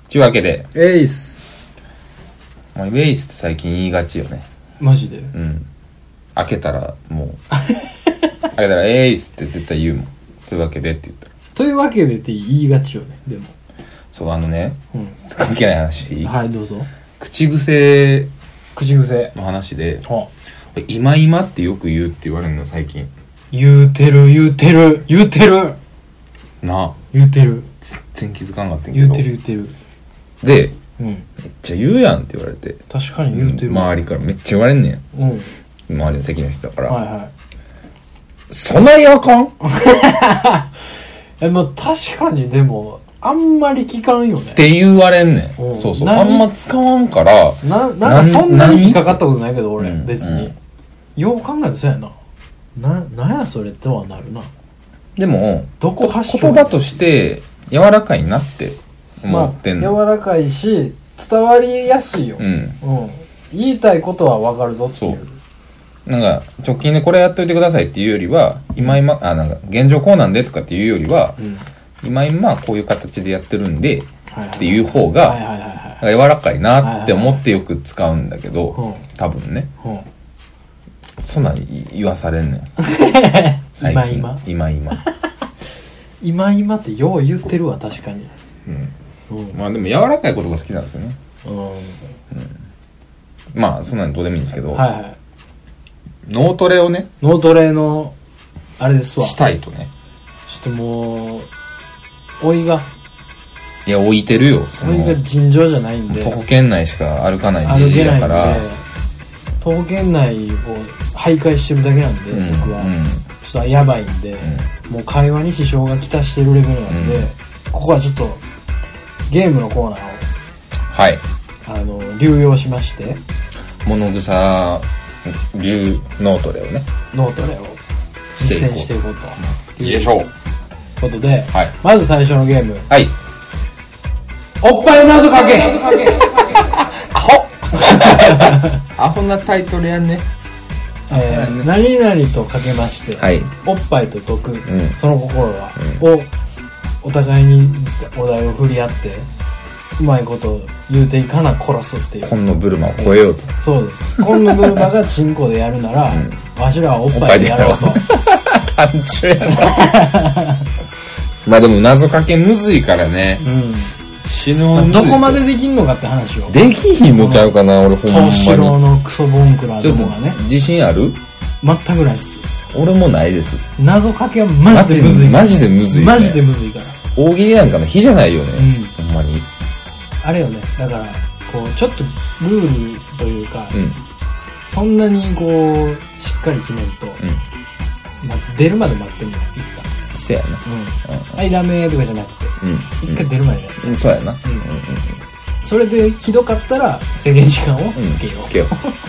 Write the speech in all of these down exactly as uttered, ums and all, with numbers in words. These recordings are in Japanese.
ちゅうわけでエイス、 まあ、エイスって最近言いがちよね。 マジで。 うん開けたらもう開けたらエイスって絶対言うもん。というわけでって言ったらというわけでって言いがちよね。でもそうあのね、 うん、 関係ない話。 はいどうぞ。 口癖口癖の話で、 はあ、今今ってよく言うって言われるの最近。 言うてる言うてる言うてるな言うてる全然気づかなかったんけど。 言うてる言うてるで、 うん、 めっちゃ言うやんって言われて。 確かに言うてる、 周りからめっちゃ言われんねん。 うん、 周りの席の人だから、 はいはい。 そないあかんえ、まあ確かにでもあんまり聞かんよねって言われんねん。 うんそうそう何あんま使わんからな、なんかそんなに何引っかかったことないけど俺、 うん別に、 うんよう考えるとそうやな。な、なんやそれってはなるな。 でもどこ発祥言葉として柔らかいなって思ってんの、 まあ、柔らかいし伝わりやすいよ、 うんうん、言いたいことは分かるぞっていう。 そうなんか直近でこれやっといてくださいっていうよりは今今あなんか現状こうなんでとかっていうよりは、 うん、 今今こういう形でやってるんで、 はいはいはい、 っていう方が、 はいはいはいはい柔らかいなって思ってよく使うんだけど、 はいはいはい、 多分ね、 うんうん、 そんなん言わされんねん最近今今今今今ってよう言ってるわ確かに、 うんうん、 まあでも柔らかい言葉好きなんですよね、 うんうん、 まあそんなのどうでもいいんですけど、 はいはい、 脳トレをね脳トレのあれですわ。 したいとね。 ちょっともうおいがいや置いてるよ。そおいのが尋常じゃないんで徒歩圏内しか歩かない歩じじけないんでいだから徒歩圏内を徘徊してるだけなんで、 うん、 僕は、 うんちょっとやばいんで、 うん、 もう会話に支障がきたしてるレベルなんで、 うん、 ここはちょっとゲームのコーナーをはいあの流用しまして物草流脳トレをね脳トレを実践していこうといいでしょう。 ことで、 はい、 まず最初のゲーム、 はい、 おっぱい謎かけアホアホなタイトルやんね。 えー、何々とかけまして、 はい、 おっぱいと解く、 うん、 その心は、 うん、 をお互いにお題を振り合ってうまいこと言うていかな殺すっていう。 紺のブルマを超えようと。 そうです。紺のブルマがチンコでやるなら、うん、わしらはおっぱいでやろうと。 単純やなまあでも謎かけむずいからね、うん、死ぬほどどこまでできんのかって話を。 できひんのちゃうかな俺ほんまに。 東四郎のクソボンクラどもがね。 自信ある？ 全くないっすよ。 俺もないです。 謎かけはマジでむずい。 マジでむずい、ね、 マジでむずいから。 大喜利なんかの日じゃないよね、うん、ほんまに。 あれよね、だからこうちょっとルールというか、 うん、そんなにこうしっかり決めると、うんまあ、出るまで待ってみよう一旦。 そうやな、 うんうん、はいダメとかじゃなくて、うん、一回出るまでやる、 うん、そうやな、うんうんうん、 それでひどかったら制限時間をつけよう、うん、 つけよう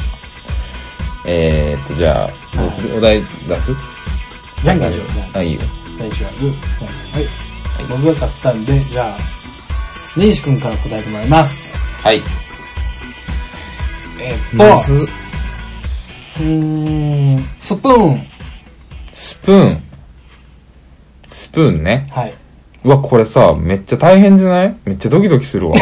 えーっとじゃあどうする、はい、お題出す？ じゃんけんしよう。じゃああいいよ。 最初はグー、はい、はいはい、僕が勝ったんでじゃあ根岸くんから答えてもらいます。 はい。 えー、っとうーんスプーンスプーンスプーンね。 はい。 うわこれさめっちゃ大変じゃない？めっちゃドキドキするわ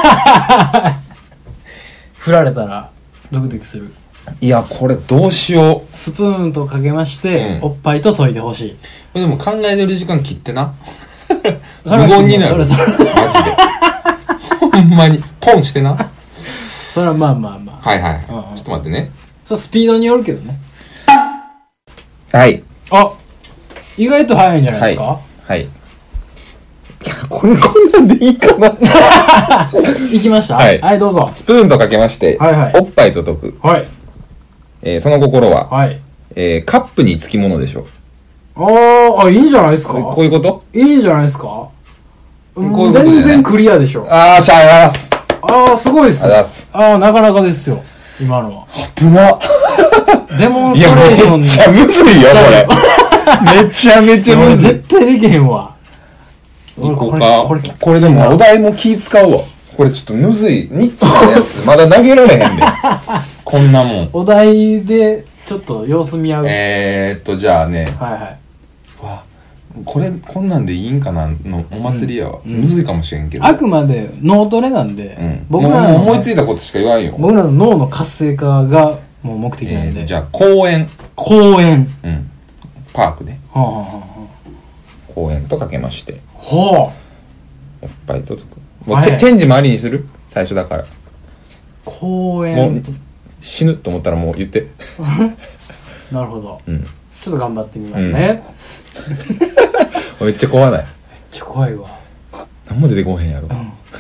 振られたらドキドキする。 いやこれどうしよう。スプーンとかけまして、うん、おっぱいと研いでほしい。 でも考えてる時間切ってな無言になる。それそれマジでほんまにポンしてなそれはまあまあまあはいはい、うんうん、ちょっと待ってね。 それスピードによるけどね。 はい。 あ意外と早いんじゃないですか。 はい、はい、いやこれこんなんでいいかないきました。 はい、 はい、どうぞ。 スプーンとかけまして、 はいはい、 おっぱいと解く。 はい。 えー、その心は、 はい。 えー、カップにつきものでしょう。 ああ、いいんじゃないですか。 こういうこと？ いいんじゃないですか。こういうこと、ね、全然クリアでしょ。 あーしゃあります。 ああ、すごいっす。 あります。 ああ、なかなかですよ。今のは。 危な。 デモンストレーションめっちゃむずいよ、これ。めちゃめちゃむずい。 絶対できへんわ。 いこうか。これ、これでもお題も気使うわ。これちょっとむずい。ニッチなやつ。まだ投げられへんで。こんなもん。 お題で、ちょっと様子見合う。 えーっと、じゃあね。 はいはい。 わ、 これこんなんでいいんかなのお祭りやわ、うん、むずいかもしれんけど、 あくまで脳トレなんで、 うん、僕らの思いついたことしか言わんよ。 僕らの脳の活性化がもう目的なんで、 えー、じゃあ公園公園、 うん、パークね、 はあはあはあ、公園とかけまして、 はあ、おっぱいととくもうチェ、チェンジもありにする最初だから。 公園もう死ぬと思ったらもう言ってなるほど、 うん、 ちょっと頑張ってみますね、 うん、めっちゃ怖ない。めっちゃ怖いわ。 何も出てこへんやろ、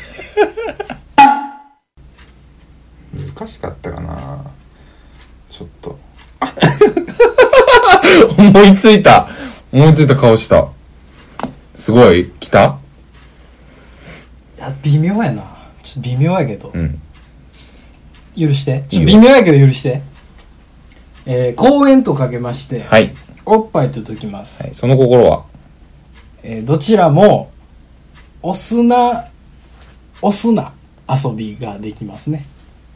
うん、難しかったかなちょっと思いついた思いついた顔した。すごい来た。 いや微妙やな、ちょっと微妙やけど、 うん、 許して、ちょっと微妙やけど許して。えー、公園とかけまして、 はい、 おっぱいと解きます、 はい、その心は、 えー、どちらもお砂お砂遊びができますね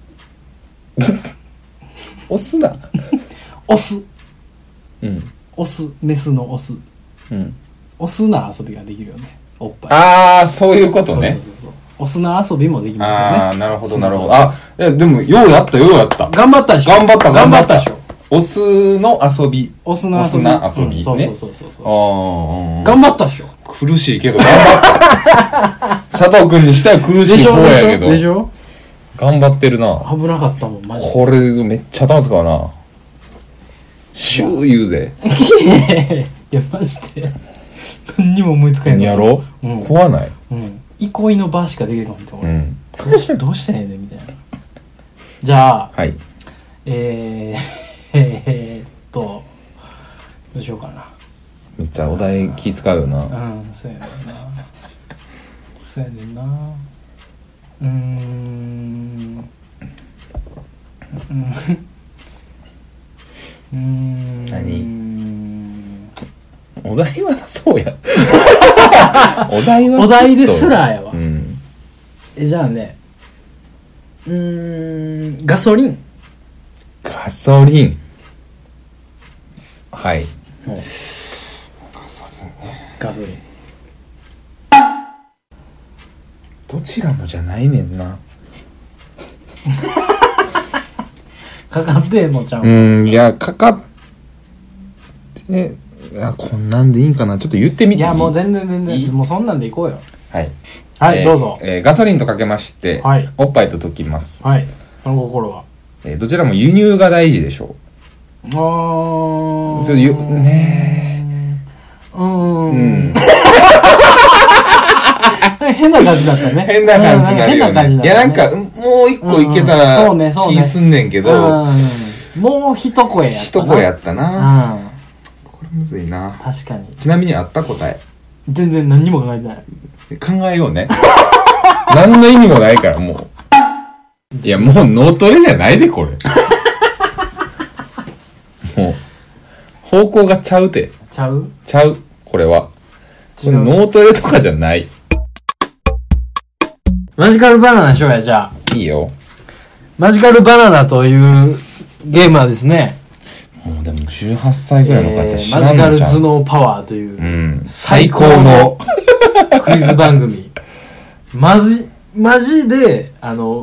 お砂オス、 うん、 オス、メスのオス、 うん、 お砂遊びができるよね、おっぱい。 ああ、そういうことね。 そうそうそうそう、お砂遊びもできますよね。 ああ、なるほどなるほど。あ、いやでもようやったようやった。 頑張ったでしょ。 頑張った頑張ったでしょ。 オスの遊び。 オスの遊び。 オスな遊びね、うん。 そうそうそうそうそう。 ああ、 頑張ったでしょ。 苦しいけど頑張った。佐藤くんにしては苦しい方やけど。 でしょ。 頑張ってるな。 危なかったもんマジで。 これめっちゃ頭使うな。シュー言うぜ。 いやマジで何にも思いつかへん。 やろ、うん、怖ない。 うん。憩いの場しかできなかった俺、 うん、 どうしどうしたらええねんみたいな。じゃあ、 はい、 えー、えー、っとどうしようかな。 めっちゃお題気使うよな。 うん、そうやねんなそうやねんな。うーんうんうーん何お題はそうやお題はお題ですらやわ、 うん、 えじゃあね、うーんガソリンガソリンはい、 うん、 ガソリンね。 ガソリンどちらもじゃないねんなかかってんのちゃう。 うん、いやかかっていやこんなんでいいんかな。ちょっと言ってみていい。 いやもう全然全然もうそんなんでいこうよ。 はいはい、 えー、 どうぞ、 えー、ガソリンとかけまして、はい、おっぱいと解きます。 はい、その心は、 えー、どちらも輸入が大事でしょう。 あーちょっとゆねーうーんうん変な感じだったね。 変な感じになるよね。変な感じだったね。いやなんかもう一個いけたら気すんねんけど、 うんうん、もう一声やったな。 一声やったな、うん、これむずいな。 確かに。 ちなみにあった答え全然何にも考えてない。 考えようね何の意味もないからもういやもう脳トレじゃないでこれもう方向がちゃうて。 ちゃうちゃうこれはこれ脳トレとかじゃない。 マジカルバナナしようや。じゃあいいよ。 マジカルバナナというゲームはですね、 もうでもじゅうはっさいぐらいの方知らんのちゃう、 えー、マジカル頭脳パワーという、 うん、 最高のクイズ番組マジマジであの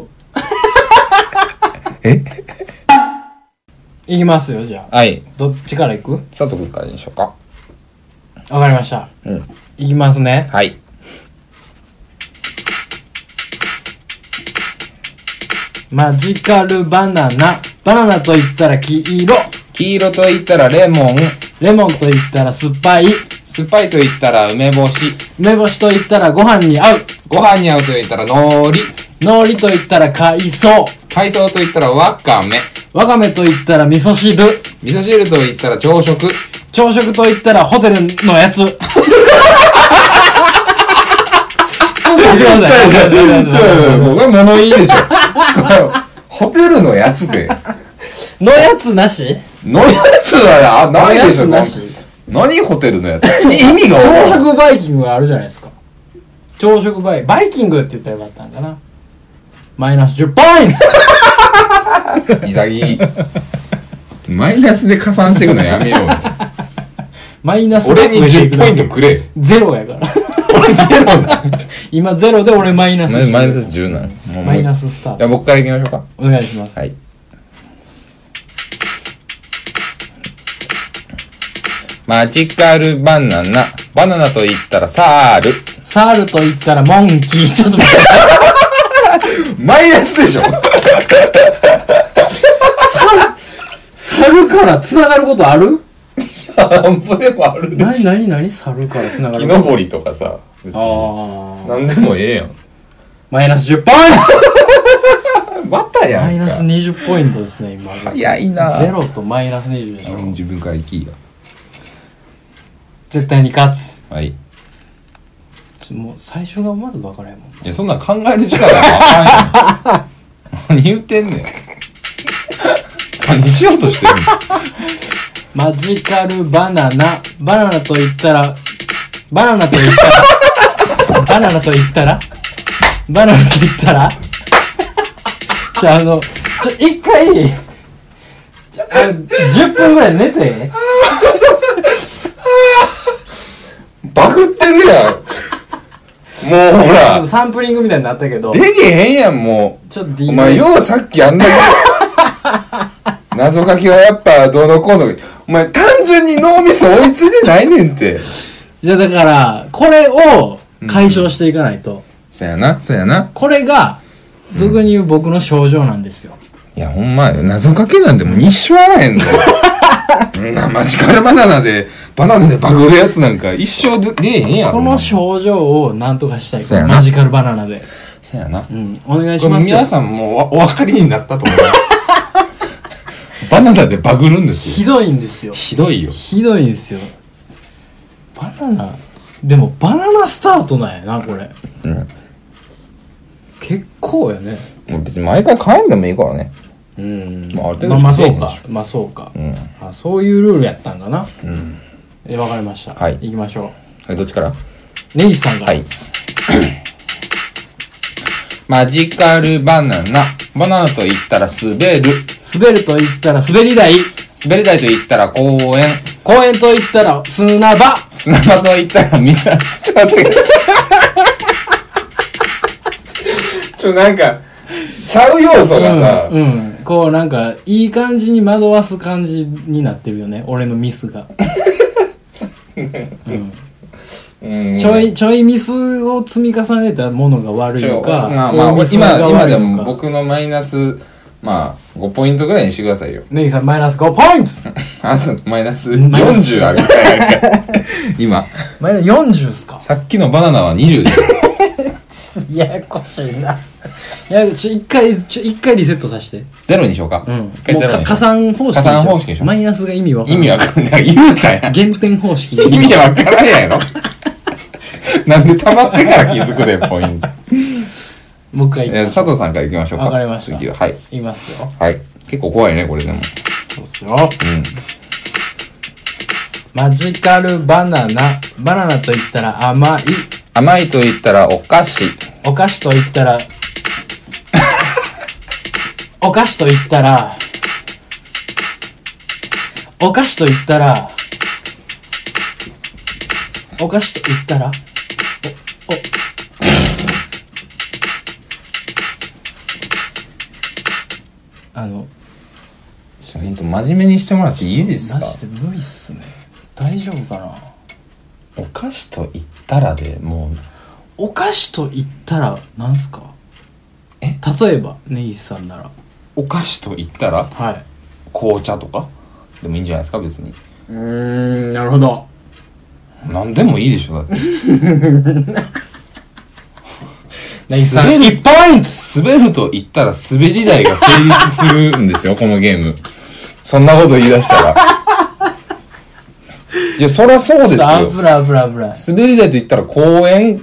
えいきますよ。じゃあ、 はい、 どっちからいく？ 佐藤君からにしようか。 わかりました、うん、いきますね。 はい。 マジカルバナナ。バナナと言ったら黄色。 黄色と言ったらレモン。 レモンと言ったら酸っぱい。 酸っぱいと言ったら梅干し。 梅干しと言ったらご飯に合う。 ご飯に合うと言ったら海苔。 海苔と言ったら海藻。 海藻と言ったらわかめ。 わかめと言ったら味噌汁。 味噌汁と言ったら朝食。 朝食と言ったらホテルのやつ。ちょっと待ってください。ちょっと待ってください。 僕は物言いでしょ。ホテルのやつで。 のやつなし？ のやつはないでしょ。 のやつなし？ 何ホテルのやつ？意味が朝食バイキングがあるじゃないですか。朝食バイバイキングって言ったらよかったんかな。マイナスじゅうポイント。 潔い。マイナスで加算していくのやめよう。 マイナス俺にじゅうポイントくれ。 ゼロやから俺ゼロだ。 今ゼロで俺マイナスマイナスじゅうなの。 マイナススタート。 じゃあ僕から行きましょうか。 お願いします。 はい。マジカルバナナ。バナナと言ったらサール。 サールと言ったらモンキー。ちょっと待って。 マイナスでしょ。 猿から繋がることある？ なんぼでもあるでしょ。 なになになに猿から繋がる木登りとかさ。 ああ。 なんでもええやん。 マイナスじゅうポイントまたやんか。 マイナスにじゅうポイントですね、今。 早いな。 ゼロとマイナスにじゅうでしょ。 自分から行きや。 絶対に勝つ。 はい。 もう最初がまず分からへんもん。 いや、そんなん考える時間があかんやん。何言ってんねん。何しようとしてんの。 マジカルバナナ。バナナと言ったら、バナナと言ったら、バナナと言ったら、バナナと言ったら、じゃあ、あの、ちょ、一回、ちょ、あじゅっぷんぐらい寝て。 バグってるやん。もうほら。 サンプリングみたいになったけど。 できへんやん、もう。 ちょっとお前、ようさっきあんだけ。謎かけはやっぱどうのこうの。お前、単純に脳みそ追いついてないねんって。 いや、だから、これを解消していかないと。うん、 そやな、そやな。 これが、俗に言う僕の症状なんですよ。 いや、ほんまよ。謎かけなんてもう一生あらへんの。な、マジカルバナナで、バナナでバグるやつなんか一生で出えへんやん。 この症状をなんとかしたい。このマジカルバナナで。 そやな。 うん。お願いします。 皆さんもお分かりになったと思う。バナナでバグるんですよ。 ひどいんですよ。 ひどいよ。 ひどいんですよ。バナナ、でもバナナスタートなんやな、これ。 うん。 結構やね。 もう別に毎回変えんでもいいからね。 うん。 まあ、ある程度まあまあそうか。まあそうか。 うん。 あ、そういうルールやったんかな。 うん。 え、わかりました。 はい。 行きましょう。はい、どっちから？ ネギさんから。 はい。マジカルバナナ。バナナと言ったら滑る。 滑ると言ったら滑り台。 滑り台と言ったら公園。 公園と言ったら砂場。 砂場と言ったら水。ちょっと待ってください。ちょ、なんか、ちゃう要素がさ、 うん、うん。こうなんか、いい感じに惑わす感じになってるよね。俺のミスが。うんうん、ちょい、ちょいミスを積み重ねたものが悪いのか。 まあまあ、今、今でも僕のマイナス、まあ、ごポイントぐらいにしてくださいよ。 ネギさんマイナスごポイントあと、マイナスよんじゅうあるから。今。 マイナスよんじゅうっすか？ さっきのバナナはにじゅうです。 ややこしいな。いや、ちょ、一回、ちょ、一回リセットさせて。 ゼロにしようか。 うん。もう加算方式。 加算方式でしょ。 マイナスが意味わかんない。 意味わかんない。言うたやん。 減点方式。 意味わからんやろ。なんで溜まってから気づくね、ポイント。 もう一回行きましょう。 佐藤さんから行きましょうか。 わかりました。 次は。はい。 いますよ。 はい。結構怖いね、これでも。 そうっすよ。うん。マジカルバナナ。バナナと言ったら甘い。 甘いと言ったらお菓子。 お菓子と言ったら、お菓子と言ったら、お菓子と言ったら、お菓子と言ったら、お、お、あの、 ほんと真面目にしてもらっていいですか？ マジで無理っすね。大丈夫かな？ お菓子と言ったらでもう、 お菓子と言ったらなんすか？え、例えばネギさんならお菓子と言ったら、 はい、 紅茶とかでもいいんじゃないですか、別に。 うーん、なるほど。 なんでもいいでしょ、だって。 ネギさんいちポイント。 滑ると言ったら滑り台が成立するんですよ、このゲーム。そんなこと言い出したら。いや、そりゃそうですよ。 危ない危ない危ない。 滑り台と言ったら公園って、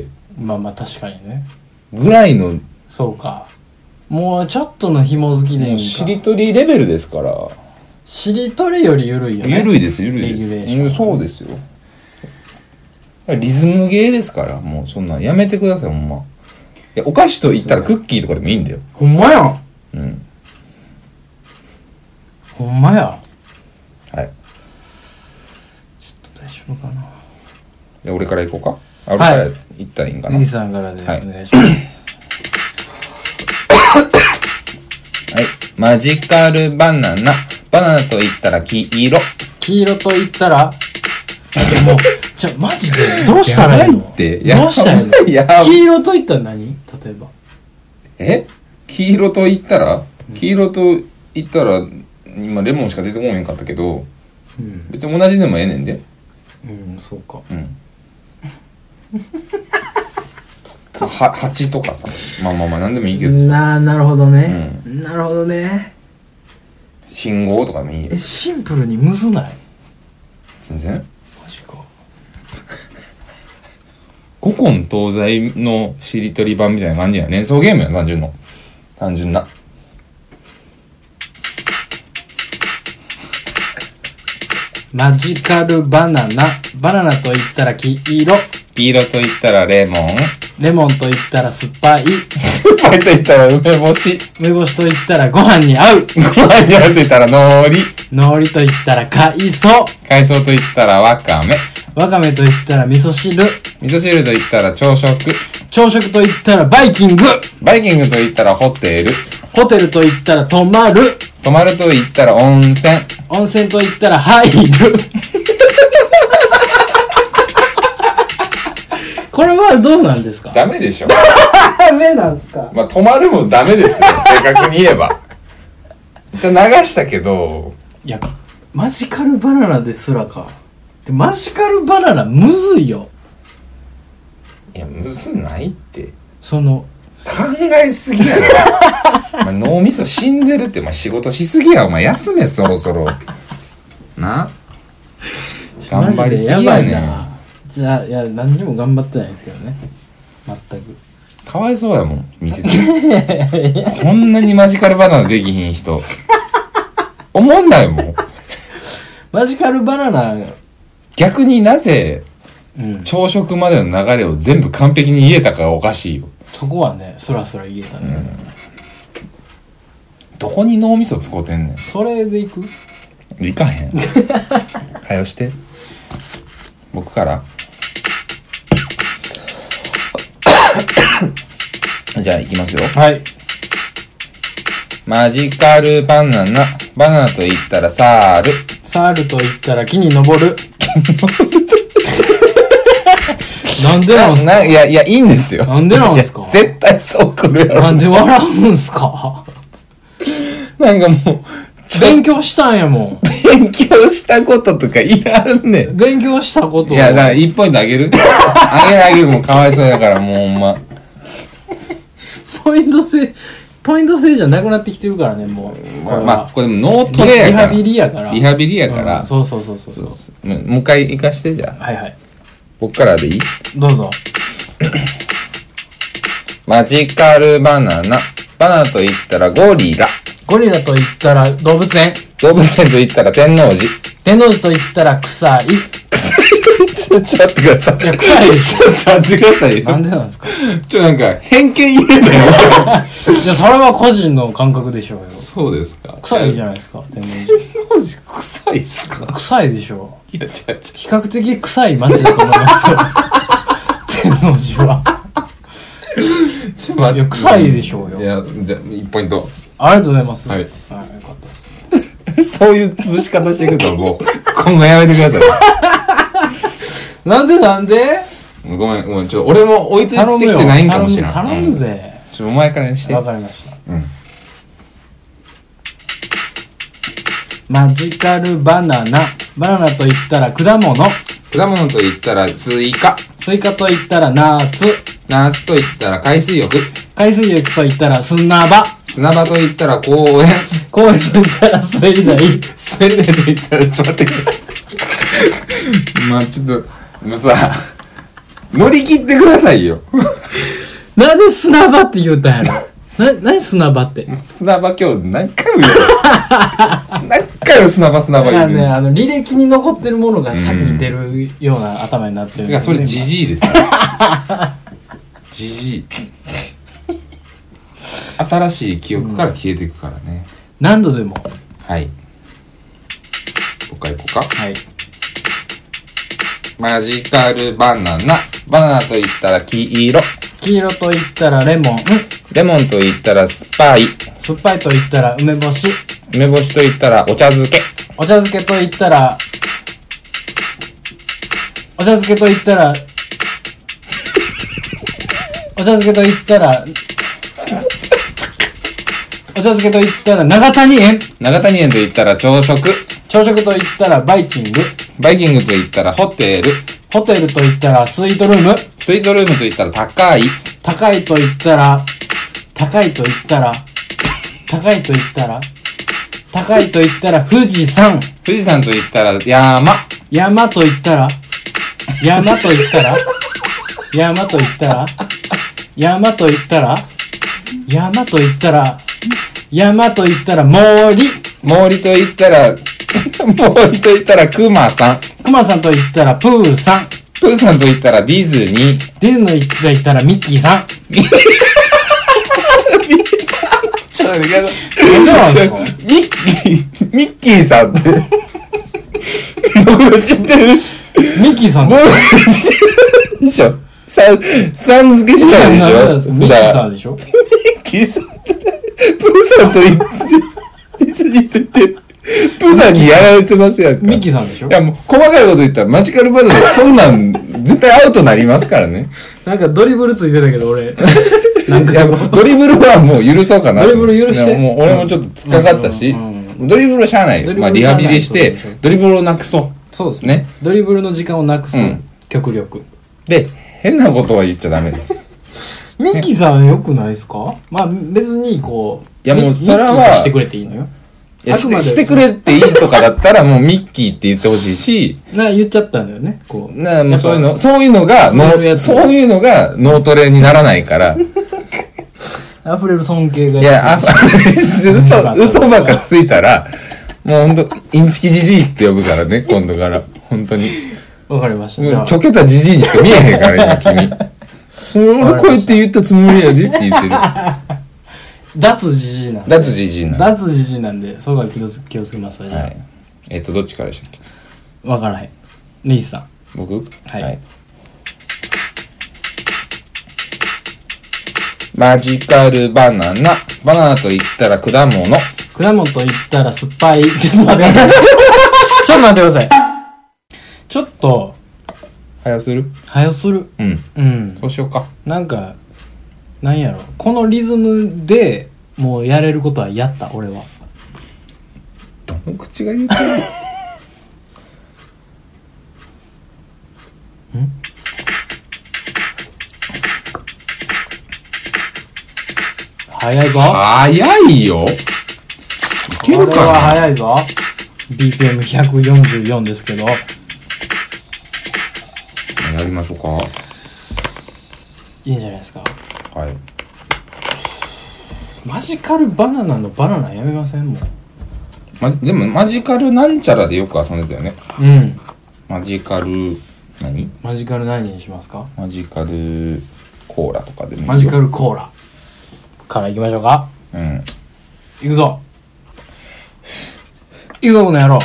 まあまあ確かにね。 ぐらいの。 そうか。もうちょっとの紐付きでいいんか。 しりとりレベルですから。 しりとりより緩いよね。 緩いです、緩いです。 レギュレーション。 そうですよ。リズムゲーですから、もうそんなやめてください、ほんま。いや、お菓子と言ったらクッキーとかでもいいんだよ。 ほんまやん。 うん。 ほんまや。 はい。 ちょっそうかな。 じゃあ俺から行こうか。あ、俺から行ったらいいんかな。 ネギさんからでおはい願いします。 はい。マジカルバナナ。バナナと言ったら黄色。 黄色と言ったら、でも、じゃ、マジで、どうしたらいいの？ やばいって。 どうしたらいいの？ やばい。 黄色と言ったら何？例えば。 え黄色と言ったら黄色と言ったら、今レモンしか出てこへんかったけど、うん、別に同じでもええねんで。 うん、そうか。 うん。は、蜂とかさ。まあまあまあ、なんでもいいけどさ。 なあ、なるほどね。うん、なるほどね。 信号とかでもいいよ。 え、シンプルにむずない？ 全然。 マジか。 古今東西のしりとり版みたいな感じや。連想ゲームや、単純の。単純な。 マジカルバナナ。バナナと言ったら黄色。 黄色と言ったらレモン。 レモンと言ったら酸っぱい。 酸っぱいと言ったら梅干し。 梅干しと言ったらご飯に合う。 ご飯に合うと言ったら海苔。 海苔と言ったら海藻。 海藻と言ったらわかめ。 わかめと言ったら味噌汁。 味噌汁と言ったら朝食。 朝食と言ったらバイキング。 バイキングと言ったらホテル。 ホテルと言ったら泊まる。 泊まると言ったら温泉。 温泉と言ったら入る。これはどうなんですか？ ダメでしょ。 ダメなんすか？ まあ、泊まるもダメですよ。正確に言えば。一旦流したけど。 いや、マジカルバナナですらか。でマジカルバナナむずいよ。 いや、むずないって。 その、 考えすぎやろ。お前脳みそ死んでるって、お前仕事しすぎや。お前休め、そろそろ。な。頑張りすぎやねん。 じゃあ、いや、何にも頑張ってないですけどね。全く。 かわいそうやもん、見てて。こんなにマジカルバナナできひん人。思んないもん。 マジカルバナナ。 逆になぜ、 うん、 朝食までの流れを全部完璧に言えたかがおかしいよ。そこはね、スラスラ言えたね。うん、 どこに脳みそ使うてんねん。 それでいく？ いかへん。はよして。僕からじゃあ行きますよ。 はい。 マジカルバナナ。バナナと言ったらサール。 サールと言ったら木に登る。なんでなんすか？ いやいや、いいんですよ。 なんでなんすか？ 絶対そう来るやろ。 なんで笑うんすか？ なんかもう、 勉強したんやもん。 勉強したこととかいらんねん。 勉強したこといや、だからいちポイントあげるあげるあげる、もうかわいそうやから、もうほんま。 ポイント制、ポイント制じゃなくなってきてるからね、もう。 これまあ、これでも脳トレやから。 リハビリやから。 リハビリやから。 うん、そうそうそうそうそう。 もう一回行かして、じゃあ。 はいはい。 僕からでいい？ どうぞ。 マジカルバナナ。バナナと言ったらゴリラ。 ゴリラと言ったら動物園。 動物園と言ったら天王寺。 天王寺と言ったら臭い。 ちょっと待ってください。 いや、臭いでしょ。 ちょっと待ってくださいよ。 なんでなんですか？ ちょ、なんか、偏見入れんなよ。 じゃあ、それは個人の感覚でしょうよ。 そうですか。 臭いじゃないですか、天王寺。 天王寺臭いっすか？ 臭いでしょ。 いや、違う違う。 比較的臭い街だと思いますよ。天王寺は。 ちょっと待って。 いや、臭いでしょうよ。 いや、じゃあ、いちポイント。 ありがとうございます。 はい。 はい、よかったです。 そういう潰し方していくと、もう、今後やめてください。 なんでなんで？ ごめん、ごめん、ちょ、俺も追いついてきてないんかもしれない。 頼む、頼むぜ。 うん、ちょ、お前からにして。 わかりました。 うん。 マジカルバナナ。バナナと言ったら果物。 果物と言ったらスイカ。 スイカと言ったら夏。 夏と言ったら海水浴。 海水浴と言ったら砂場。 砂場と言ったら公園。 公園と言ったら滑り台。 滑り台と言ったら、ちょっと待ってください。まあちょっと、もうさ、乗り切ってくださいよ。 なんで砂場って言うたんやろ。な、なに砂場って。 砂場今日何回も言う。何回も砂場砂場言う。 だからね、あの、履歴に残ってるものが先に出るような頭になってる、 ね。いや、それジジイですよ。ジジイ。新しい記憶から消えていくからね。 うん、何度でも。 はい。僕から行こうか。 はい。 マジカルバナナ。バナナと言ったら黄色。 黄色と言ったらレモン。 レモンと言ったら酸っぱい。 酸っぱいと言ったら梅干し。 梅干しと言ったらお茶漬け。 お茶漬けと言ったら、お茶漬けと言ったら、お茶漬けと言ったら、お茶漬けと言ったら長谷園。 長谷園と言ったら朝食。 朝食と言ったらバイキング。 バイキングと言ったらホテル。 ホテルと言ったらスイートルーム。 スイートルームと言ったら高い。 高いと言ったら、高いと言ったら、高いと言ったら、高いと言ったら富士山。 富士山と言ったら山。 山と言ったら、山と言ったら、山と言ったら、山と言ったら、山と言ったら、山と言ったら森。 森と言ったら、森と言ったら熊さん。 熊さんと言ったらプーさん。 プーさんと言ったらディズニー。 ディズニーと言ったらミッキーさん。 ちょっと待ってください。 なんでなんですか？ ミッキー、ミッキーさんって。僕知ってる。 ミッキーさん僕知ってるでしょ。さ、さん付けしたでしょ。 ミッキーさんでしょ。 ミッキーさんって、プーさんと言って、ディズニーと言って、プーさんにやられてますやんか。 ミッキーさんでしょ。 いやもう、細かいこと言ったらマジカルバナナそんなん、絶対アウトなりますからね。 なんかドリブルついてたけど俺。なんかいや、ドリブルはもう許そうかな。 ドリブル許して。 もう俺もちょっと突っかかったし、ドリブルはしゃあないよ。まあリハビリして、ドリブルをなくそう。 そうですね。ドリブルの時間をなくす。極力。 で、変なことは言っちゃダメです。 ミッキーさん良くないですか？まあ別にこう、 いやもうそれはしてくれていいのよ。 いやして、してくれていいとかだったらもうミッキーって言ってほしいし、 な、言っちゃったんだよね。こう。 な、もうそういうの、そういうのが、のそういうのが脳トレにならないから。 溢れる尊敬が。 いや、あ、嘘、嘘ばっかついたら、もうほんと、インチキジジイって呼ぶからね、今度から。本当に。 わかりました。 もうちょけたジジイにしか見えへんから、今君。俺こうやって言ったつもりやでって言ってる。 脱ジジイなんで。 脱ジジイなんで。 脱ジジイなんで、そこは気をつ気をつけますわ、じゃあ。 はい。えっと、どっちからでしたっけ？ わからへん。ネギさん。 僕？ はい。はい、 マジカルバナナ。バナナと言ったら果物。 果物と言ったら酸っぱい。ちょっと待ってください。ちょっと待ってください。ちょっと。 早する？ 早する。 うん。 うん。 そうしようか。 なんか、なんやろ。このリズムでもうやれることはやった、俺は。 どの口が言うてるん早いぞ。 早いよ。いけるかな。 これは早いぞ。ビーピーエムひゃくよんじゅうよん ですけど。 やりましょうか。 いいんじゃないですか。 はい。 マジカルバナナのバナナやめません？もう。 ま、でもマジカルなんちゃらでよく遊んでたよね。 うん。 マジカル何？ マジカル何にしますか？ マジカルコーラとかでもいいよ。 マジカルコーラからいきましょうか。 うん。 いくぞ。いくぞこの野郎。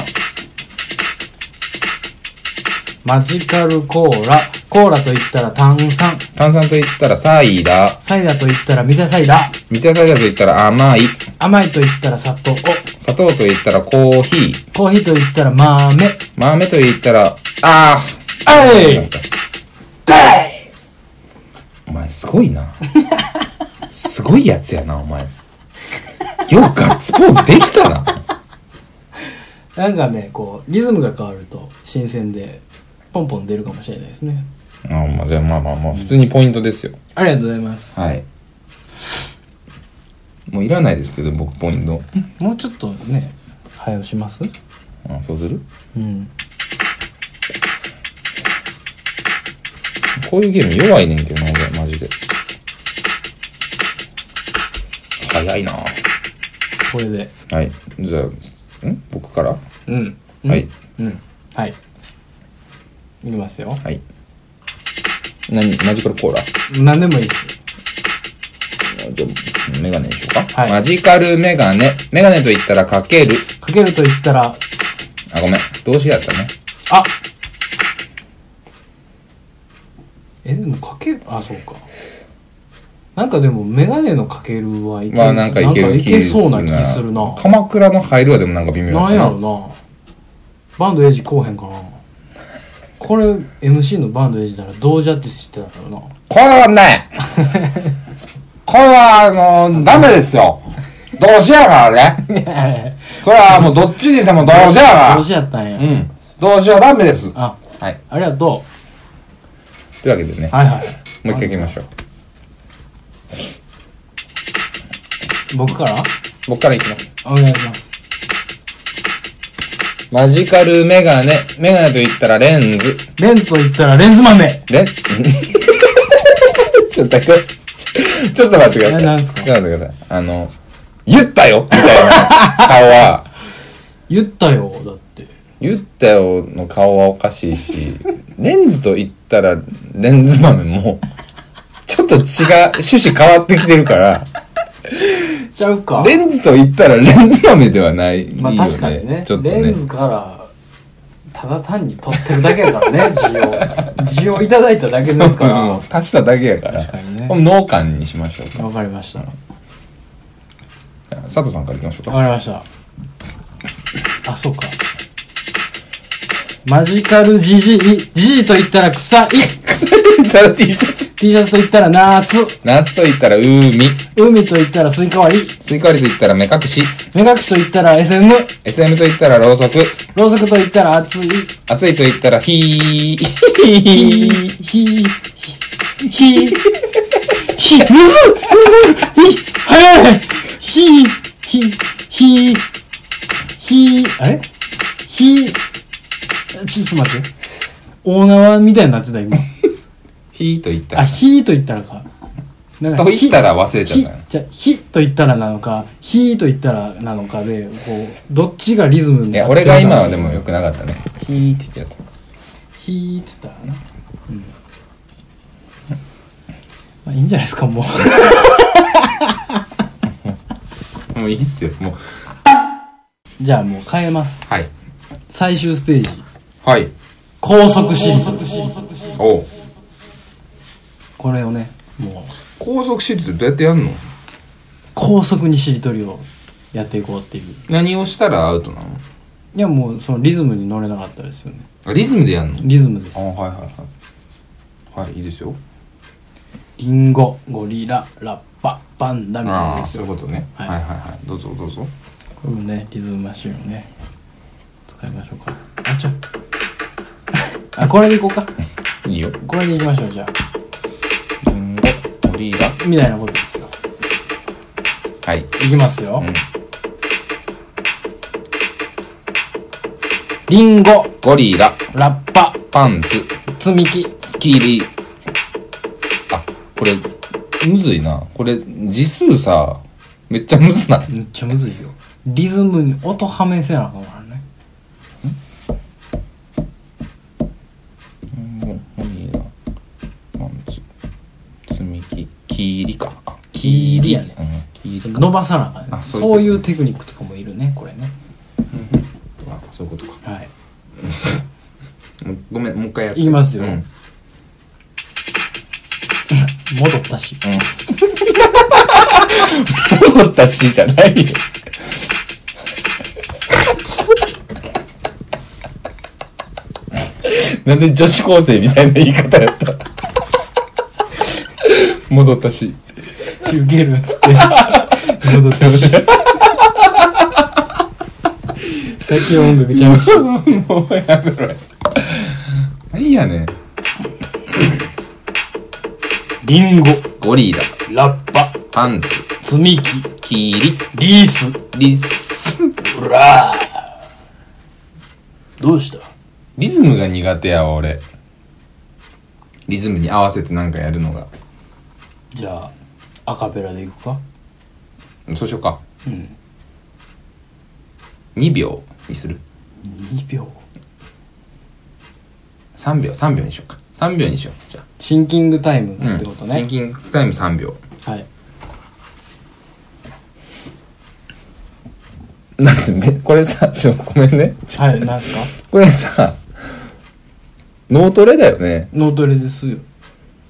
マジカルコーラ。コーラと言ったら炭酸。 炭酸と言ったらサイダー。 サイダーと言ったら水サイダー。 水サイダーと言ったら甘い。 甘いと言ったら砂糖。 砂糖と言ったらコーヒー。 コーヒーと言ったら豆。 豆と言ったら、あー。 あいだいお前すごいな。すごいやつやな、お前。ようガッツポーズできたな。 なんかね、こう、リズムが変わると新鮮で、ポンポン出るかもしれないですね。 ああ、まあ、じゃあまあまあまあ、普通にポイントですよ。 ありがとうございます。 はい。もういらないですけど、僕ポイント。 もうちょっとね、早押します？ あ、そうする？ うん。 こういうゲーム弱いねんけどな、俺、マジで。早いな。 これで。 はい。じゃあ、ん僕からうん。 はい。 うん。はい。いきますよ。 はい。何マジカルコーラ？ 何でもいいです。 じゃあ、メガネにしようか。 はい。 マジカルメガネ。メガネと言ったらかける。 かけると言ったら、 あ、ごめん。動詞だったね。 あえでもかけるあそうかなんかでもメガネのかけるはいけまあなんかいける気いけそうな気するな鎌倉の入るはでもなんか微妙だな。 なんやろなバンドエイジこうへんかなこれ エムシー のバンドエイジならどうじゃって知ってたからなこれはねこれはあのー、ダメですよ同時やからねそれはもうどっちにしても同時やから同時やったんやうん同時はダメです。 あはいありがとうというわけでね、 はいはいもう一回行きましょう。 僕から僕から行きます。 お願いします。 マジカルメガネ。メガネと言ったらレンズ。 レンズと言ったらレンズ豆。 レン、ちょっと待ってください。ちょっと待ってください。 え、なんすか？ ちょっと待ってください。あの、言ったよみたいな顔は。 言ったよ、だって。 言ったよの顔はおかしいし、レンズと言ったらレンズ豆も、ちょっと違う、趣旨変わってきてるから、 ちゃうか。 レンズと言ったらレンズ豆ではない。 まあいいよね、 確かにね。 ちょっとね。 レンズからただ単に取ってるだけやからね、字を。字をいただいただけですから。 足しただけやから。 確かにね。 これ脳幹にしましょうか。 わかりました。 佐藤さんからいきましょうか。 わかりました。あ、そうか。マジカルジジイ。ジジと言ったら臭い。 臭いと言ったら T シャツ。 T シャツと言ったら夏。 夏と言ったら海。 海と言ったらスイカ割り。 スイカ割りと言ったら目隠し。 目隠しと言ったら エスエム。 エスエム と言ったらろうそく。 ろうそくと言ったら熱い。 熱いと言ったらひー。ひひー。ひー。ひー。ひー。むずっひー。早いひー。ひー。ひー。ひー。あれひー。ちょっと待って。大縄みたいになってた今。 ひーと言ったら。 あ、ひーと言ったらか。なんと言ったら忘れちゃった。 じゃあ、ひと言ったらなのか、ひと言ったらなのかで、こう、どっちがリズムになってるか。 いや、俺が今はでも良くなかったね。ひーって言っちゃった。 ひーって言ったらな。うん。まあいいんじゃないですか、もう。もういいっすよ、もう。 じゃあもう変えます。 はい。 最終ステージ。 はい。 高速しりとり。 おう。 これをね、もう。 高速しりとりどうやってやんの？ 高速にしりとりをやっていこうっていう。 何をしたらアウトなの？ いやもうそのリズムに乗れなかったですよね。 あ、リズムでやんの？ リズムです。 あ、はいはいはいはい、いいですよ。 リンゴ、ゴリラ、ラッパ、パンダみたいなですよ。 ああ、そういうことね、はい、はいはいはいどうぞどうぞ。 これもね、リズムマシンをね使いましょうか。あ、ちょあ、これでいこうか。 いいよ。 これでいきましょう。じゃあリンゴ、ゴリラみたいなことですよ。 はい、 いきますよ、 うん、 リンゴ、 ゴリラ、 ラッパ、 パンツ、 積み木、 キリ。あ、これむずいな。これ字数さめっちゃむずない？ めっちゃむずいよ。リズムに音はめせなあかんからね。 んゴリラ、パンツ、積み木、キリか。あ、 キリやね、 うん、キリか。 伸ばさなあかんね。 あ、 そうそういういうテクニックとかもいるね、これね。 あ、そういうことか。 はい。 ごめん、もう一回やって。 いきますよ、 うん、 戻ったし、 うん、戻ったしじゃないよ。なんで女子高生みたいな言い方やった戻ったし中継るっつって戻ったし最近音楽ちゃうしもうやめろよ。何やねん。 リンゴ、 ゴリラ、 ラッパ、 パンツ、 積み木、 キリ、 リース、 リス。 うらー。どうした？ リズムが苦手やわ俺。リズムに合わせてなんかやるのが。 じゃあアカペラでいくか。 そうしようか。 うん。 にびょうにする？ にびょう。 さんびょう、さんびょうにしようか。さんびょうにしよう。じゃあ。 シンキングタイムってことね。 うん、シンキングタイムさんびょう。 はい。 なんてめ、これさ、ちょ、ごめんね。 はい、なんすか？ これさ、脳トレだよね。 脳トレですよ。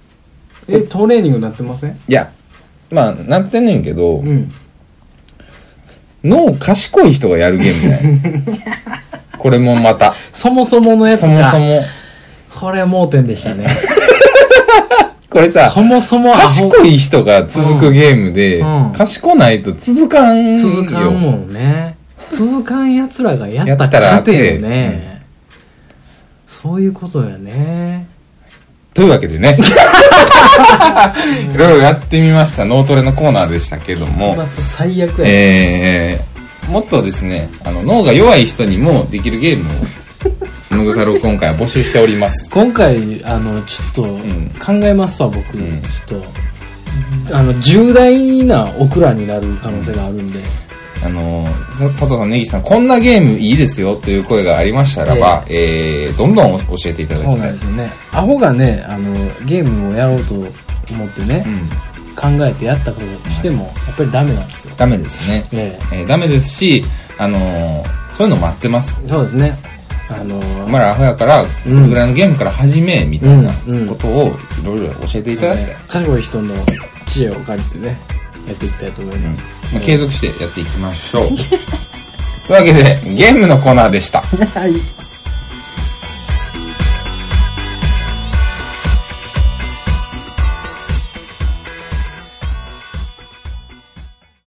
え、トレーニングになってません？ いや、まあ、なってんねんけど、 うん。 脳賢い人がやるゲームじゃないこれもまた。 そもそものやつか。 そもそも。 これは盲点でしたね。 これさ、 そもそも賢い人が続くゲームで、 うんうん、 賢ないと続かんよ。 続かんもんね。続かん奴らがやったら勝てよね、うん。そういうことやね。 というわけでね。いろいろやってみました脳トレのコーナーでしたけども。 末最悪やね。 えー、もっとですね、あの、脳が弱い人にもできるゲームを、のぐさるを今回は募集しております。 今回、あの、ちょっと、考えますわ、僕。うん、ちょっと、あの、重大なオクラになる可能性があるんで。 あの、佐藤さん、根岸さん、こんなゲームいいですよという声がありましたらば、えー、えー、どんどん教えていただきたい。 そうなんですよね。アホがね、あの、ゲームをやろうと思ってね、うん、考えてやったことしても、やっぱりダメなんですよ。 ダメですね。えー、えー、ダメですし、あのー、そういうの待ってます。 そうですね。あのー、 お前らアホやから、これぐらいのゲームから始め、みたいなことをいろいろ教えていただきたい。 賢い人の知恵を借りてね、やっていきたいと思います。 うん、まあ、継続してやっていきましょう。というわけで、ゲームのコーナーでした。 はい。